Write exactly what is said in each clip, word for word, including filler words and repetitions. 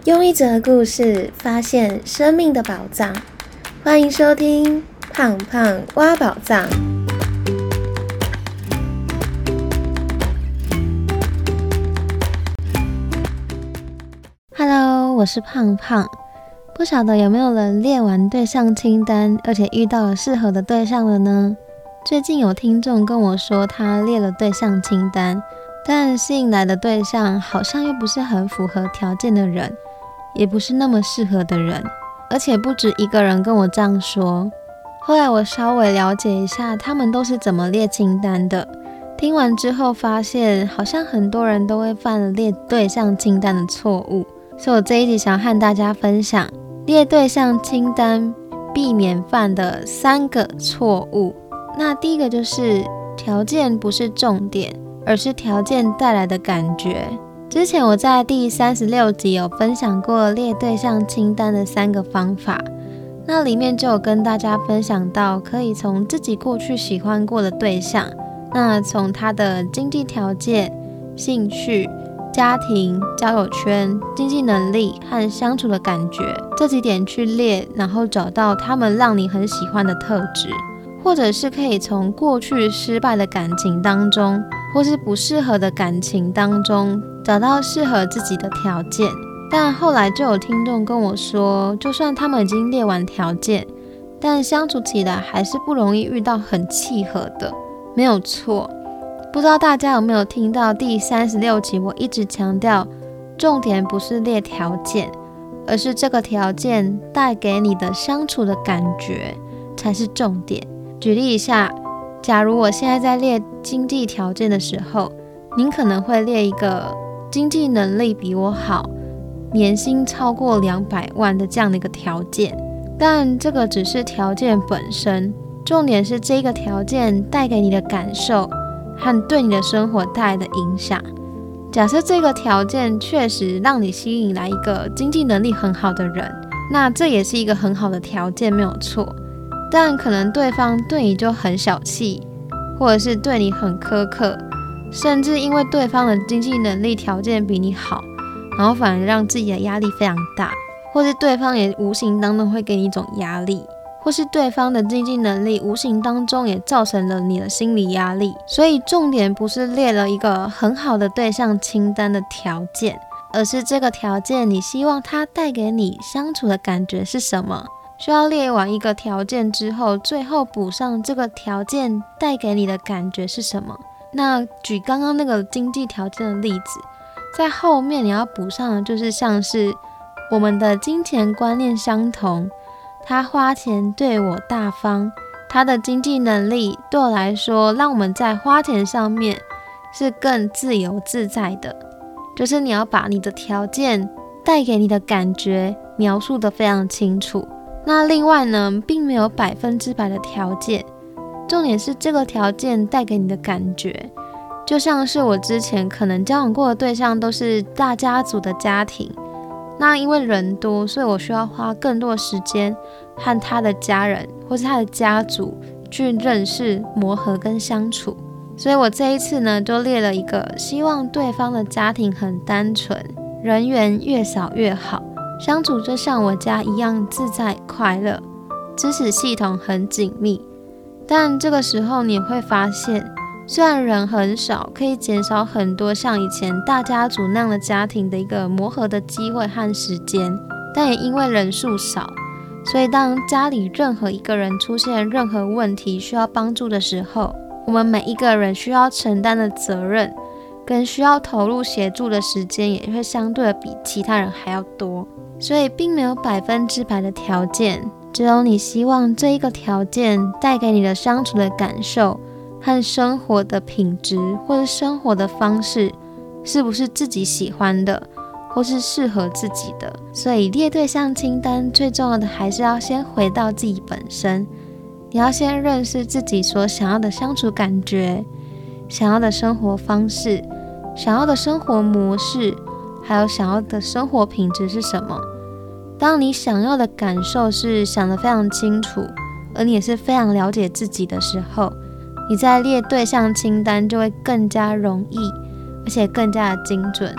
用一则故事发现生命的宝藏，欢迎收听胖胖挖宝藏。Hello， 我是胖胖。不晓得有没有人列完对象清单，而且遇到了适合的对象了呢？最近有听众跟我说，他列了对象清单，但吸引来的对象好像又不是很符合条件的人，也不是那么适合的人，而且不止一个人跟我这样说。后来我稍微了解一下他们都是怎么列清单的，听完之后发现好像很多人都会犯了列对象清单的错误，所以我这一集想和大家分享列对象清单避免犯的三个错误。那第一个就是条件不是重点，而是条件带来的感觉。之前我在第三十六集有分享过列对象清单的三个方法，那里面就有跟大家分享到可以从自己过去喜欢过的对象，那从他的经济条件、兴趣、家庭、交友圈、经济能力和相处的感觉这几点去列，然后找到他们让你很喜欢的特质，或者是可以从过去失败的感情当中，或是不适合的感情当中找到适合自己的条件。但后来就有听众跟我说，就算他们已经列完条件，但相处起来还是不容易遇到很契合的。没有错，不知道大家有没有听到第三十六集，我一直强调重点不是列条件，而是这个条件带给你的相处的感觉才是重点。举例一下，假如我现在在列经济条件的时候，您可能会列一个经济能力比我好，年薪超过两百万的这样的一个条件，但这个只是条件本身，重点是这个条件带给你的感受和对你的生活带来的影响。假设这个条件确实让你吸引来一个经济能力很好的人，那这也是一个很好的条件，没有错。但可能对方对你就很小气，或者是对你很苛刻，甚至因为对方的经济能力条件比你好，然后反而让自己的压力非常大，或是对方也无形当中会给你一种压力，或是对方的经济能力无形当中也造成了你的心理压力。所以重点不是列了一个很好的对象清单的条件，而是这个条件你希望它带给你相处的感觉是什么。需要列完一个条件之后，最后补上这个条件带给你的感觉是什么。那举刚刚那个经济条件的例子，在后面你要补上的就是像是我们的金钱观念相同，他花钱对我大方，他的经济能力对我来说让我们在花钱上面是更自由自在的。就是你要把你的条件带给你的感觉描述得非常清楚。那另外呢，并没有百分之百的条件，重点是这个条件带给你的感觉。就像是我之前可能交往过的对象都是大家族的家庭，那因为人多，所以我需要花更多的时间和他的家人或是他的家族去认识、磨合跟相处。所以我这一次呢，就列了一个希望对方的家庭很单纯，人员越少越好，相处就像我家一样自在快乐，支持系统很紧密。但这个时候你会发现，虽然人很少，可以减少很多像以前大家族那样的家庭的一个磨合的机会和时间，但也因为人数少，所以当家里任何一个人出现任何问题需要帮助的时候，我们每一个人需要承担的责任跟需要投入协助的时间也会相对的比其他人还要多。所以并没有百分之百的条件，只有你希望这一个条件带给你的相处的感受和生活的品质或者生活的方式是不是自己喜欢的或是适合自己的。所以列对象清单最重要的还是要先回到自己本身，你要先认识自己所想要的相处感觉，想要的生活方式，想要的生活模式，还有想要的生活品质是什么。当你想要的感受是想得非常清楚，而你也是非常了解自己的时候，你在列对象清单就会更加容易，而且更加的精准。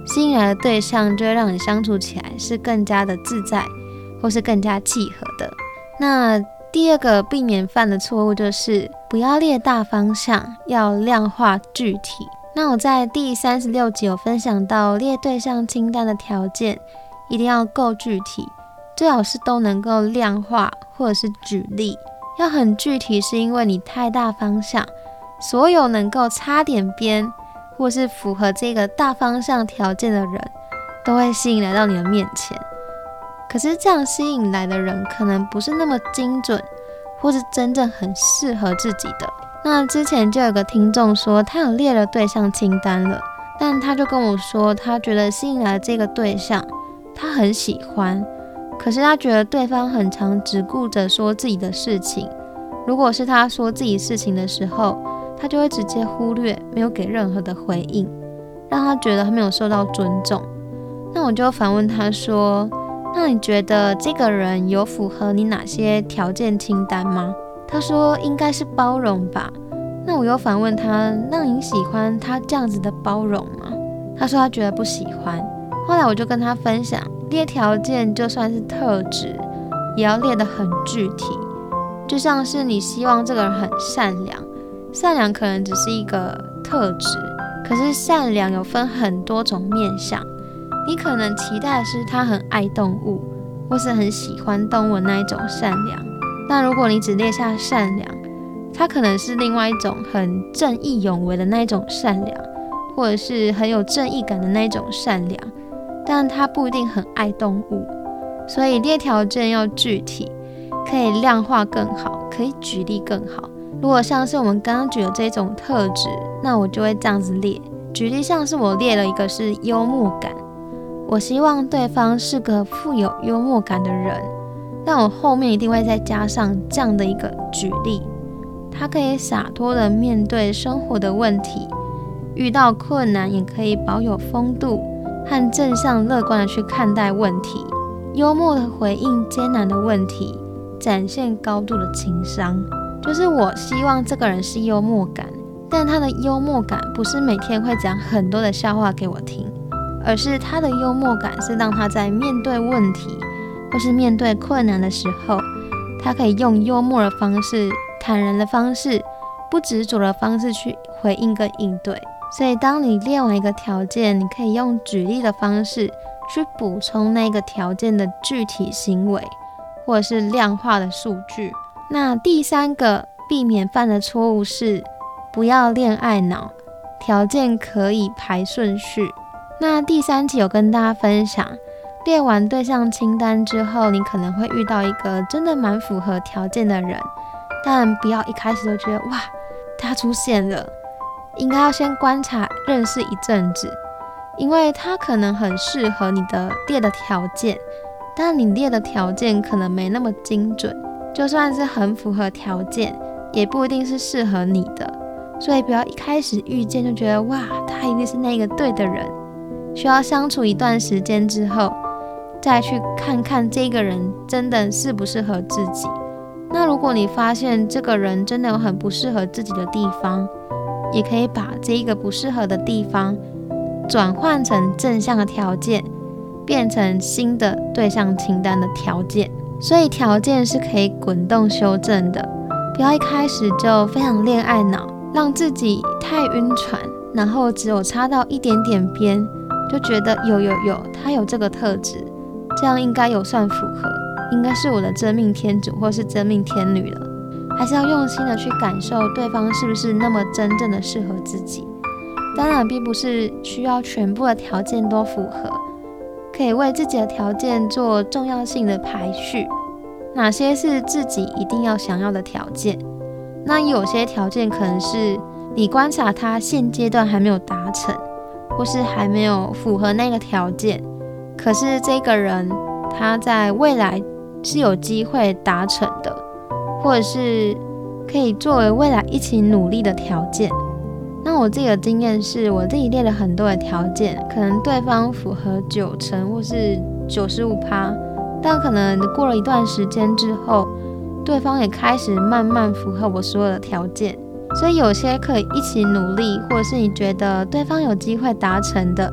吸引来的对象就会让你相处起来是更加的自在，或是更加契合的。那第二个避免犯的错误就是不要列大方向，要量化具体。那我在第三十六集有分享到，列对象清单的条件一定要够具体，最好是都能够量化或者是举例。要很具体是因为你太大方向，所有能够擦点边或是符合这个大方向条件的人都会吸引来到你的面前。可是这样吸引来的人可能不是那么精准，或是真正很适合自己的。那之前就有个听众说他有列了对象清单了，但他就跟我说他觉得吸引来的这个对象他很喜欢，可是他觉得对方很常只顾着说自己的事情，如果是他说自己事情的时候，他就会直接忽略，没有给任何的回应，让他觉得他没有受到尊重。那我就反问他说，那你觉得这个人有符合你哪些条件清单吗？他说应该是包容吧。那我又反问他，那你喜欢他这样子的包容吗？他说他觉得不喜欢。后来我就跟他分享，列条件就算是特质，也要列得很具体。就像是你希望这个人很善良，善良可能只是一个特质，可是善良有分很多种面向。你可能期待的是他很爱动物，或是很喜欢动物的那一种善良。但如果你只列下善良，他可能是另外一种很正义勇为的那一种善良，或者是很有正义感的那一种善良，但他不一定很爱动物。所以列条件要具体，可以量化更好，可以举例更好。如果像是我们刚刚举的这种特质，那我就会这样子列。举例像是我列了一个是幽默感，我希望对方是个富有幽默感的人，但我后面一定会再加上这样的一个举例，他可以洒脱的面对生活的问题，遇到困难也可以保有风度和正向乐观的去看待问题，幽默的回应艰难的问题，展现高度的情商。就是我希望这个人是幽默感，但他的幽默感不是每天会讲很多的笑话给我听，而是他的幽默感是让他在面对问题或是面对困难的时候，他可以用幽默的方式、坦然的方式、不执着的方式去回应跟应对。所以当你列完一个条件，你可以用举例的方式去补充那个条件的具体行为，或者是量化的数据。那第三个避免犯的错误是不要恋爱脑，条件可以排顺序。那第三集有跟大家分享，列完对象清单之后，你可能会遇到一个真的蛮符合条件的人，但不要一开始就觉得哇，他出现了，应该要先观察认识一阵子，因为他可能很适合你的列的条件，但你列的条件可能没那么精准，就算是很符合条件，也不一定是适合你的。所以不要一开始遇见就觉得哇，他一定是那个对的人，需要相处一段时间之后，再去看看这个人真的适不适合自己。那如果你发现这个人真的有很不适合自己的地方，也可以把这一个不适合的地方转换成正向的条件，变成新的对象清单的条件。所以条件是可以滚动修正的，不要一开始就非常恋爱脑，让自己太晕船，然后只有插到一点点边，就觉得有有有他有这个特质，这样应该有算符合，应该是我的真命天主或是真命天女了。还是要用心的去感受对方是不是那么真正的适合自己。当然并不是需要全部的条件都符合，可以为自己的条件做重要性的排序，哪些是自己一定要想要的条件。那有些条件可能是你观察他现阶段还没有达成，或是还没有符合那个条件，可是这个人他在未来是有机会达成的，或者是可以作为未来一起努力的条件。那我自己的经验是，我自己列了很多的条件，可能对方符合九成或是 百分之九十五， 但可能过了一段时间之后，对方也开始慢慢符合我所有的条件。所以有些可以一起努力，或者是你觉得对方有机会达成的，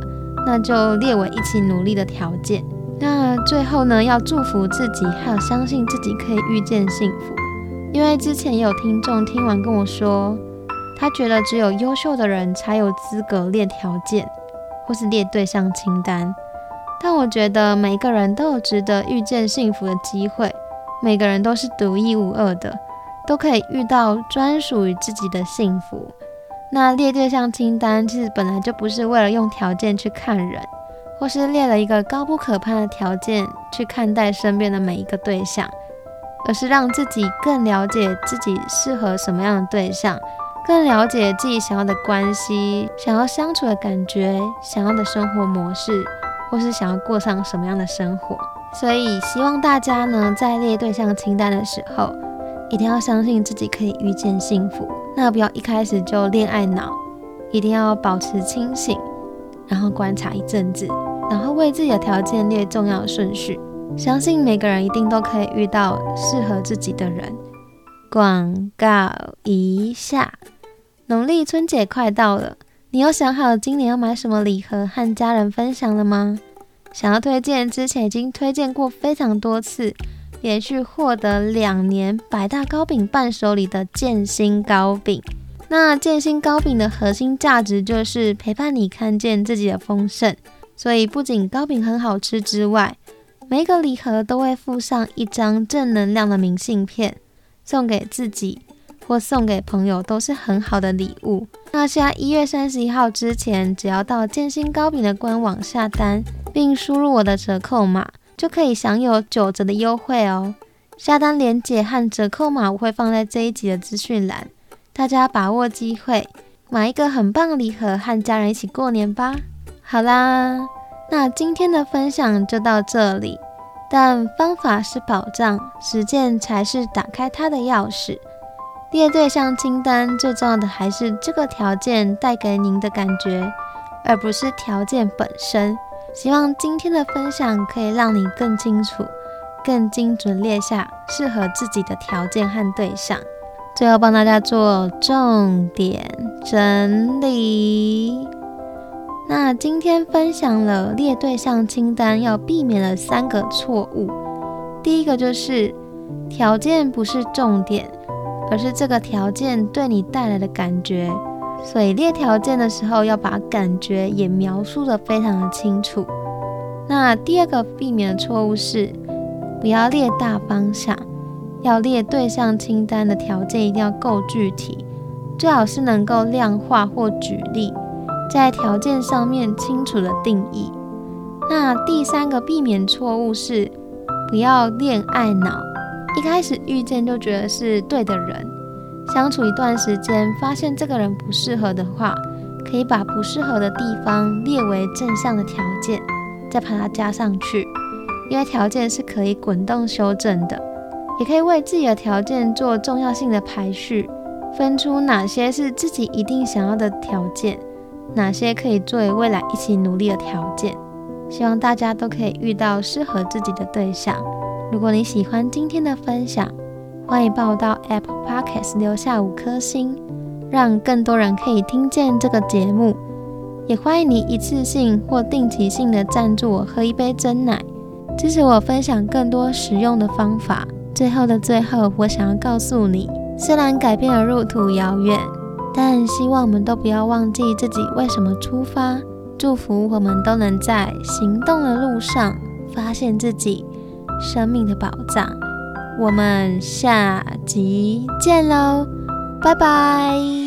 那就列为一起努力的条件。那最后呢，要祝福自己，还有相信自己可以遇见幸福。因为之前也有听众听完跟我说，他觉得只有优秀的人才有资格列条件，或是列对象清单。但我觉得每个人都有值得遇见幸福的机会，每个人都是独一无二的，都可以遇到专属于自己的幸福。那列对象清单其实本来就不是为了用条件去看人，或是列了一个高不可攀的条件去看待身边的每一个对象，而是让自己更了解自己适合什么样的对象，更了解自己想要的关系，想要相处的感觉，想要的生活模式，或是想要过上什么样的生活。所以希望大家呢，在列对象清单的时候，一定要相信自己可以遇见幸福。那不要一开始就恋爱脑，一定要保持清醒，然后观察一阵子，然后为自己的条件列重要的顺序。相信每个人一定都可以遇到适合自己的人。广告一下，农历春节快到了，你有想好今年要买什么礼盒和家人分享了吗？想要推荐之前已经推荐过非常多次，连续获得两年百大糕饼伴手礼的建新糕饼。那建新糕饼的核心价值就是陪伴你看见自己的丰盛，所以不仅糕饼很好吃之外，每一个礼盒都会附上一张正能量的明信片，送给自己或送给朋友都是很好的礼物。那现在一月三十一号之前，只要到建新糕饼的官网下单，并输入我的折扣码，就可以享有九折的优惠哦。下单链接和折扣码我会放在这一集的资讯栏，大家把握机会，买一个很棒的礼盒和家人一起过年吧。好啦，那今天的分享就到这里，但方法是宝藏，实践才是打开它的钥匙。列对象清单最重要的还是这个条件带给您的感觉，而不是条件本身。希望今天的分享可以让你更清楚、更精准列下适合自己的条件和对象。最后帮大家做重点整理。那今天分享了列对象清单要避免的三个错误。第一个就是条件不是重点，而是这个条件对你带来的感觉。所以列条件的时候要把感觉也描述得非常的清楚。那第二个避免的错误是不要列大方向，要列对象清单的条件一定要够具体，最好是能够量化或举例，在条件上面清楚的定义。那第三个避免错误是不要恋爱脑，一开始遇见就觉得是对的人，相处一段时间发现这个人不适合的话，可以把不适合的地方列为正向的条件，再把它加上去，因为条件是可以滚动修正的。也可以为自己的条件做重要性的排序，分出哪些是自己一定想要的条件，哪些可以作为未来一起努力的条件。希望大家都可以遇到适合自己的对象。如果你喜欢今天的分享，欢迎帮我到 Apple Podcast 留下五颗星，让更多人可以听见这个节目。也欢迎你一次性或定期性的赞助我喝一杯真奶，支持我分享更多实用的方法。最后的最后，我想要告诉你，虽然改变的路途遥远，但希望我们都不要忘记自己为什么出发。祝福我们都能在行动的路上发现自己生命的宝藏。我们下集见喽，拜拜。